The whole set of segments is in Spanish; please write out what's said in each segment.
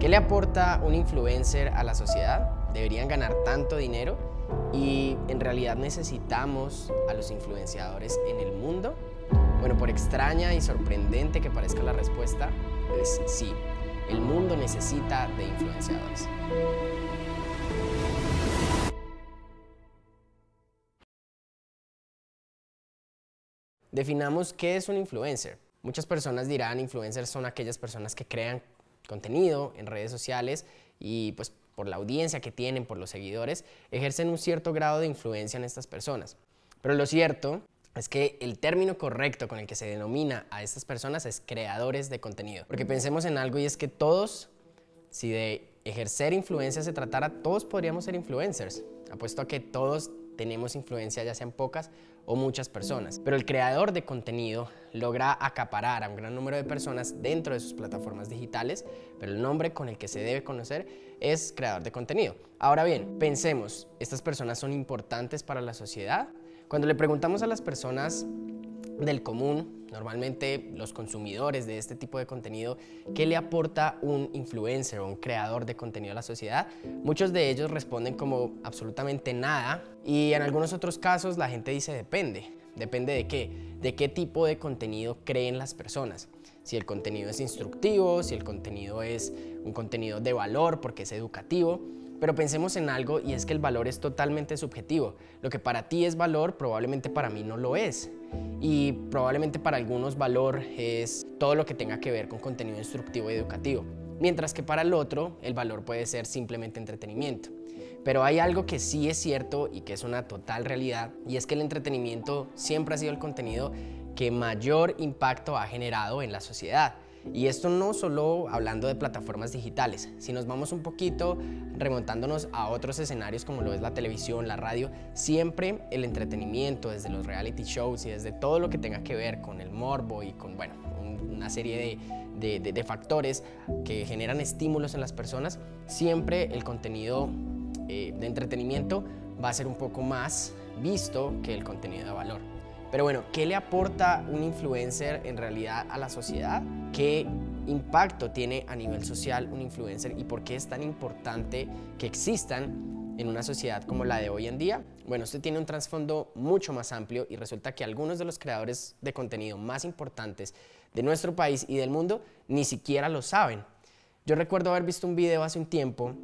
¿Qué le aporta un influencer a la sociedad? ¿Deberían ganar tanto dinero? ¿Y en realidad necesitamos a los influenciadores en el mundo? Bueno, por extraña y sorprendente que parezca la respuesta, es sí. El mundo necesita de influenciadores. Definamos qué es un influencer. Muchas personas dirán influencers son aquellas personas que crean contenido en redes sociales y pues por la audiencia que tienen, por los seguidores, ejercen un cierto grado de influencia en estas personas. Pero lo cierto es que el término correcto con el que se denomina a estas personas es creadores de contenido. Porque pensemos en algo y es que todos, si de ejercer influencia se tratara, todos podríamos ser influencers. Apuesto a que todos tenemos influencia, ya sean pocas o muchas personas. Pero el creador de contenido logra acaparar a un gran número de personas dentro de sus plataformas digitales, pero el nombre con el que se debe conocer es creador de contenido. Ahora bien, pensemos, ¿estas personas son importantes para la sociedad? Cuando le preguntamos a las personas del común, normalmente los consumidores de este tipo de contenido, ¿qué le aporta un influencer o un creador de contenido a la sociedad? Muchos de ellos responden como absolutamente nada, y en algunos otros casos la gente dice depende. ¿Depende de qué? ¿De qué tipo de contenido creen las personas? Si el contenido es instructivo, si el contenido es un contenido de valor porque es educativo. Pero pensemos en algo, y es que el valor es totalmente subjetivo. Lo que para ti es valor, probablemente para mí no lo es. Y probablemente para algunos valor es todo lo que tenga que ver con contenido instructivo y educativo. Mientras que para el otro, el valor puede ser simplemente entretenimiento. Pero hay algo que sí es cierto y que es una total realidad, y es que el entretenimiento siempre ha sido el contenido que mayor impacto ha generado en la sociedad. Y esto no solo hablando de plataformas digitales. Si nos vamos un poquito remontándonos a otros escenarios como lo es la televisión, la radio, siempre el entretenimiento, desde los reality shows y desde todo lo que tenga que ver con el morbo y con, bueno, una serie de factores que generan estímulos en las personas, siempre el contenido de entretenimiento va a ser un poco más visto que el contenido de valor. Pero bueno, ¿qué le aporta un influencer en realidad a la sociedad? ¿Qué impacto tiene a nivel social un influencer y por qué es tan importante que existan en una sociedad como la de hoy en día? Bueno, esto tiene un trasfondo mucho más amplio y resulta que algunos de los creadores de contenido más importantes de nuestro país y del mundo ni siquiera lo saben. Yo recuerdo haber visto un video hace un tiempo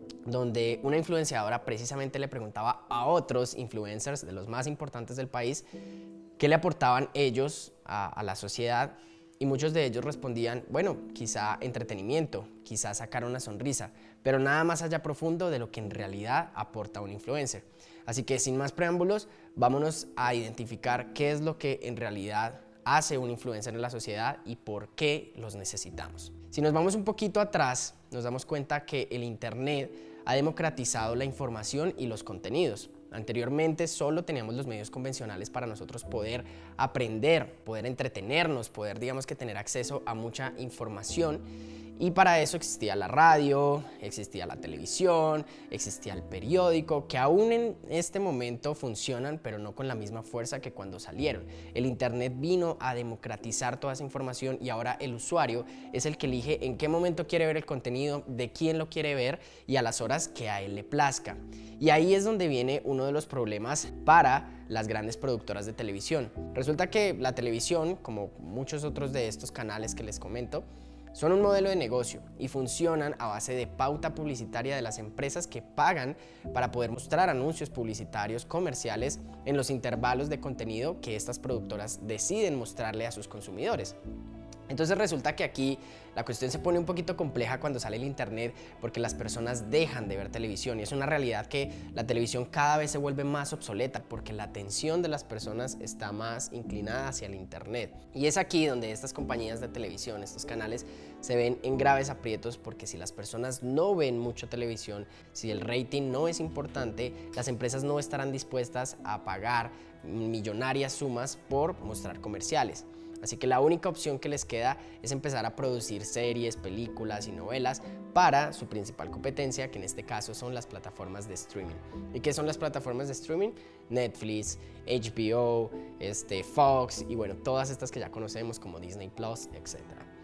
donde una influenciadora precisamente le preguntaba a otros influencers de los más importantes del país qué le aportaban ellos a la sociedad, y muchos de ellos respondían, bueno, quizá entretenimiento, quizá sacar una sonrisa, pero nada más allá profundo de lo que en realidad aporta un influencer. Así que sin más preámbulos, vámonos a identificar qué es lo que en realidad hace un influencer en la sociedad y por qué los necesitamos. Si nos vamos un poquito atrás, nos damos cuenta que el Internet ha democratizado la información y los contenidos. Anteriormente solo teníamos los medios convencionales para nosotros poder aprender, poder entretenernos, poder, digamos, que tener acceso a mucha información, y para eso existía la radio, existía la televisión, existía el periódico, que aún en este momento funcionan, pero no con la misma fuerza que cuando salieron. El Internet vino a democratizar toda esa información y ahora el usuario es el que elige en qué momento quiere ver el contenido, de quién lo quiere ver y a las horas que a él le plazca. Y ahí es donde viene uno de los problemas para las grandes productoras de televisión. Resulta que la televisión, como muchos otros de estos canales que les comento, son un modelo de negocio y funcionan a base de pauta publicitaria de las empresas que pagan para poder mostrar anuncios publicitarios comerciales en los intervalos de contenido que estas productoras deciden mostrarle a sus consumidores. Entonces resulta que aquí la cuestión se pone un poquito compleja cuando sale el Internet, porque las personas dejan de ver televisión, y es una realidad que la televisión cada vez se vuelve más obsoleta porque la atención de las personas está más inclinada hacia el Internet. Y es aquí donde estas compañías de televisión, estos canales, se ven en graves aprietos, porque si las personas no ven mucho televisión, si el rating no es importante, las empresas no estarán dispuestas a pagar millonarias sumas por mostrar comerciales. Así que la única opción que les queda es empezar a producir series, películas y novelas para su principal competencia, que en este caso son las plataformas de streaming. ¿Y qué son las plataformas de streaming? Netflix, HBO, Fox y bueno, todas estas que ya conocemos como Disney Plus, etc.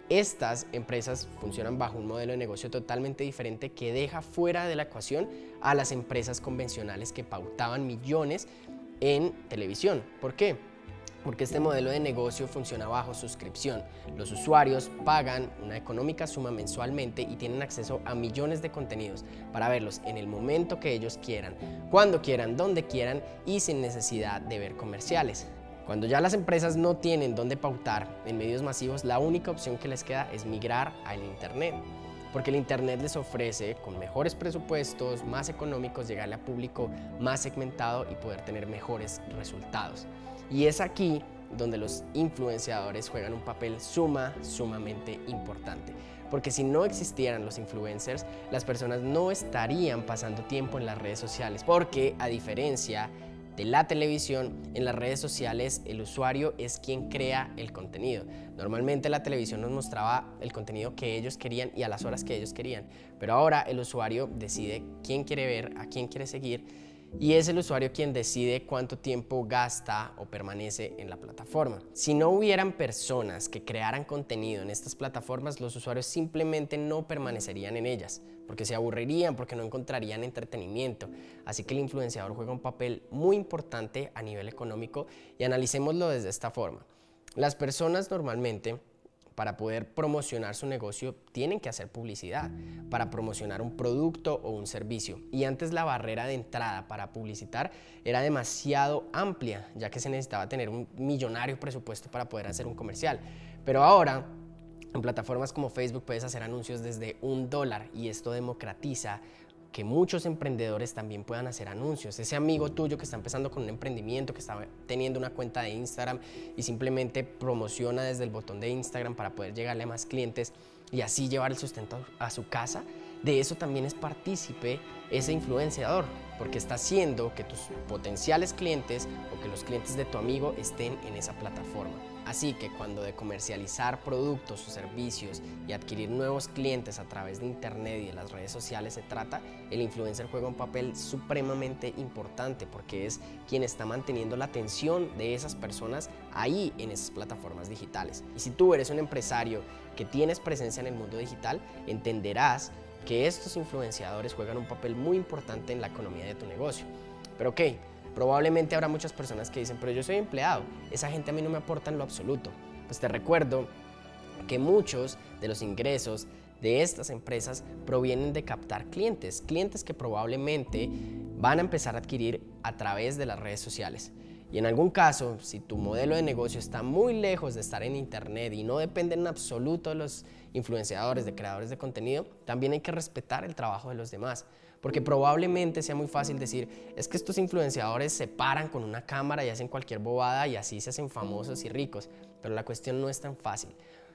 Estas empresas funcionan bajo un modelo de negocio totalmente diferente que deja fuera de la ecuación a las empresas convencionales que pautaban millones en televisión. ¿Por qué? Porque este modelo de negocio funciona bajo suscripción. Los usuarios pagan una económica suma mensualmente y tienen acceso a millones de contenidos para verlos en el momento que ellos quieran, cuando quieran, donde quieran y sin necesidad de ver comerciales. Cuando ya las empresas no tienen dónde pautar en medios masivos, la única opción que les queda es migrar al Internet. Porque el Internet les ofrece, con mejores presupuestos, más económicos, llegarle a público más segmentado y poder tener mejores resultados. Y es aquí donde los influenciadores juegan un papel sumamente importante. Porque si no existieran los influencers, las personas no estarían pasando tiempo en las redes sociales. Porque a diferencia de la televisión, en las redes sociales el usuario es quien crea el contenido. Normalmente la televisión nos mostraba el contenido que ellos querían y a las horas que ellos querían, pero ahora el usuario decide quién quiere ver, a quién quiere seguir, y es el usuario quien decide cuánto tiempo gasta o permanece en la plataforma. Si no hubieran personas que crearan contenido en estas plataformas, los usuarios simplemente no permanecerían en ellas, porque se aburrirían, porque no encontrarían entretenimiento. Así que el influenciador juega un papel muy importante a nivel económico y analicémoslo desde esta forma. Las personas normalmente, para poder promocionar su negocio, tienen que hacer publicidad para promocionar un producto o un servicio. Y antes la barrera de entrada para publicitar era demasiado amplia, ya que se necesitaba tener un millonario presupuesto para poder hacer un comercial. Pero ahora, en plataformas como Facebook puedes hacer anuncios desde $1 y esto democratiza que muchos emprendedores también puedan hacer anuncios. Ese amigo tuyo que está empezando con un emprendimiento, que está teniendo una cuenta de Instagram y simplemente promociona desde el botón de Instagram para poder llegarle a más clientes y así llevar el sustento a su casa, de eso también es partícipe ese influenciador, porque está haciendo que tus potenciales clientes o que los clientes de tu amigo estén en esa plataforma. Así que cuando de comercializar productos o servicios y adquirir nuevos clientes a través de internet y de las redes sociales se trata, el influencer juega un papel supremamente importante porque es quien está manteniendo la atención de esas personas ahí en esas plataformas digitales. Y si tú eres un empresario que tienes presencia en el mundo digital, entenderás que estos influenciadores juegan un papel muy importante en la economía de tu negocio. Pero ok, probablemente habrá muchas personas que dicen, pero yo soy empleado, esa gente a mí no me aporta en lo absoluto. Pues te recuerdo que muchos de los ingresos de estas empresas provienen de captar clientes que probablemente van a empezar a adquirir a través de las redes sociales. Y en algún caso, si tu modelo de negocio está muy lejos de estar en internet y no depende en absoluto de los influenciadores, de creadores de contenido, también hay que respetar el trabajo de los demás. Porque probablemente sea muy fácil decir, es que estos influenciadores se paran con una cámara y hacen cualquier bobada y así se hacen famosos y ricos. Pero la cuestión no es tan fácil.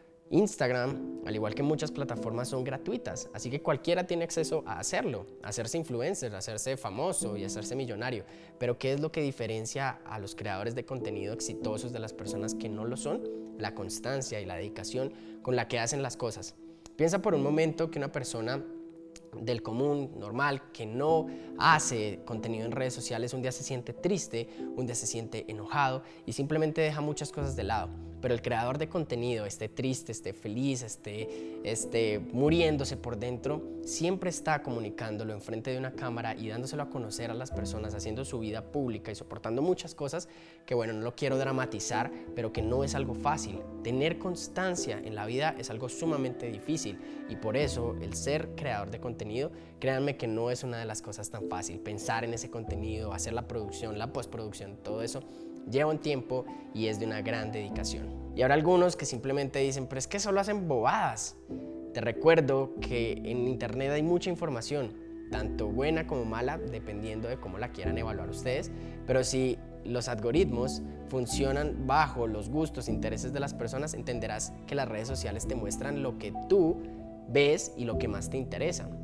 Instagram, al igual que muchas plataformas, son gratuitas, así que cualquiera tiene acceso a hacerlo, a hacerse influencer, a hacerse famoso y a hacerse millonario. Pero ¿qué es lo que diferencia a los creadores de contenido exitosos de las personas que no lo son? La constancia y la dedicación con la que hacen las cosas. Piensa por un momento que una persona del común, normal, que no hace contenido en redes sociales, un día se siente triste, un día se siente enojado y simplemente deja muchas cosas de lado. Pero el creador de contenido, esté triste, esté feliz, esté muriéndose por dentro, siempre está comunicándolo enfrente de una cámara y dándoselo a conocer a las personas, haciendo su vida pública y soportando muchas cosas que, bueno, no lo quiero dramatizar, pero que no es algo fácil. Tener constancia en la vida es algo sumamente difícil y por eso el ser creador de contenido, créanme que no es una de las cosas tan fácil. Pensar en ese contenido, hacer la producción, la postproducción, todo eso lleva un tiempo y es de una gran dedicación. Y habrá algunos que simplemente dicen, pero es que solo hacen bobadas. Te recuerdo que en internet hay mucha información, tanto buena como mala, dependiendo de cómo la quieran evaluar ustedes, pero si los algoritmos funcionan bajo los gustos e intereses de las personas, entenderás que las redes sociales te muestran lo que tú ves y lo que más te interesa.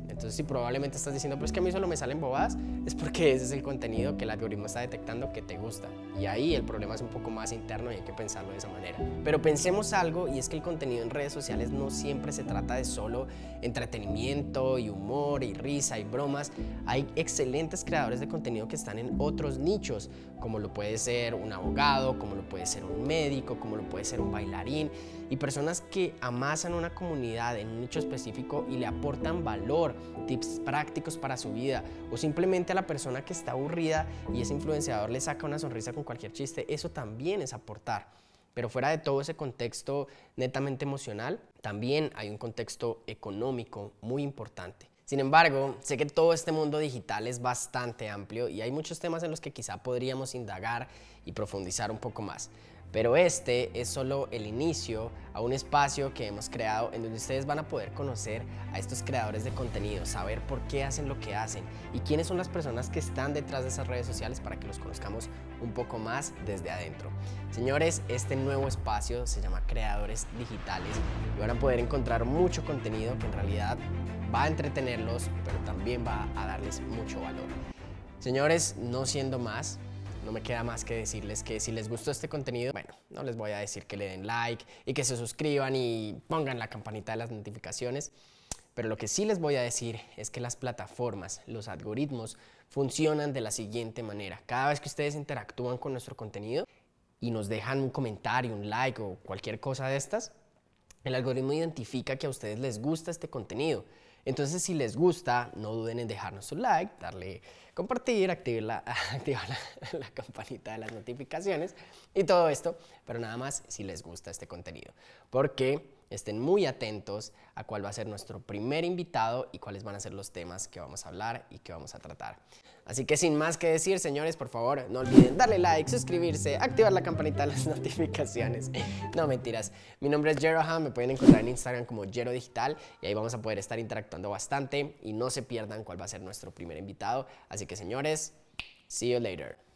Entonces, si probablemente estás diciendo, pues que a mí solo me salen bobadas, es porque ese es el contenido que el algoritmo está detectando que te gusta. Y ahí el problema es un poco más interno y hay que pensarlo de esa manera. Pero pensemos algo, y es que el contenido en redes sociales no siempre se trata de solo entretenimiento y humor y risa y bromas. Hay excelentes creadores de contenido que están en otros nichos, como lo puede ser un abogado, como lo puede ser un médico, como lo puede ser un bailarín, y personas que amasan una comunidad en un nicho específico y le aportan valor, tips prácticos para su vida, o simplemente a la persona que está aburrida y ese influenciador le saca una sonrisa con cualquier chiste. Eso también es aportar. Pero fuera de todo ese contexto netamente emocional, también hay un contexto económico muy importante. Sin embargo, sé que todo este mundo digital es bastante amplio y hay muchos temas en los que quizá podríamos indagar y profundizar un poco más. Pero este es solo el inicio a un espacio que hemos creado en donde ustedes van a poder conocer a estos creadores de contenido, saber por qué hacen lo que hacen y quiénes son las personas que están detrás de esas redes sociales para que los conozcamos un poco más desde adentro. Señores, este nuevo espacio se llama Creadores Digitales y van a poder encontrar mucho contenido que en realidad va a entretenerlos, pero también va a darles mucho valor. Señores, no siendo más, no me queda más que decirles que si les gustó este contenido, bueno, no les voy a decir que le den like y que se suscriban y pongan la campanita de las notificaciones, pero lo que sí les voy a decir es que las plataformas, los algoritmos, funcionan de la siguiente manera. Cada vez que ustedes interactúan con nuestro contenido y nos dejan un comentario, un like o cualquier cosa de estas, el algoritmo identifica que a ustedes les gusta este contenido. Entonces, si les gusta, no duden en dejarnos un like, darle compartir, activar la campanita de las notificaciones y todo esto, pero nada más si les gusta este contenido. Porque estén muy atentos a cuál va a ser nuestro primer invitado y cuáles van a ser los temas que vamos a hablar y que vamos a tratar. Así que sin más que decir, señores, por favor, no olviden darle like, suscribirse, activar la campanita de las notificaciones. No, mentiras. Mi nombre es Jero Han, me pueden encontrar en Instagram como Jero Digital y ahí vamos a poder estar interactuando bastante y no se pierdan cuál va a ser nuestro primer invitado. Así que, señores, see you later.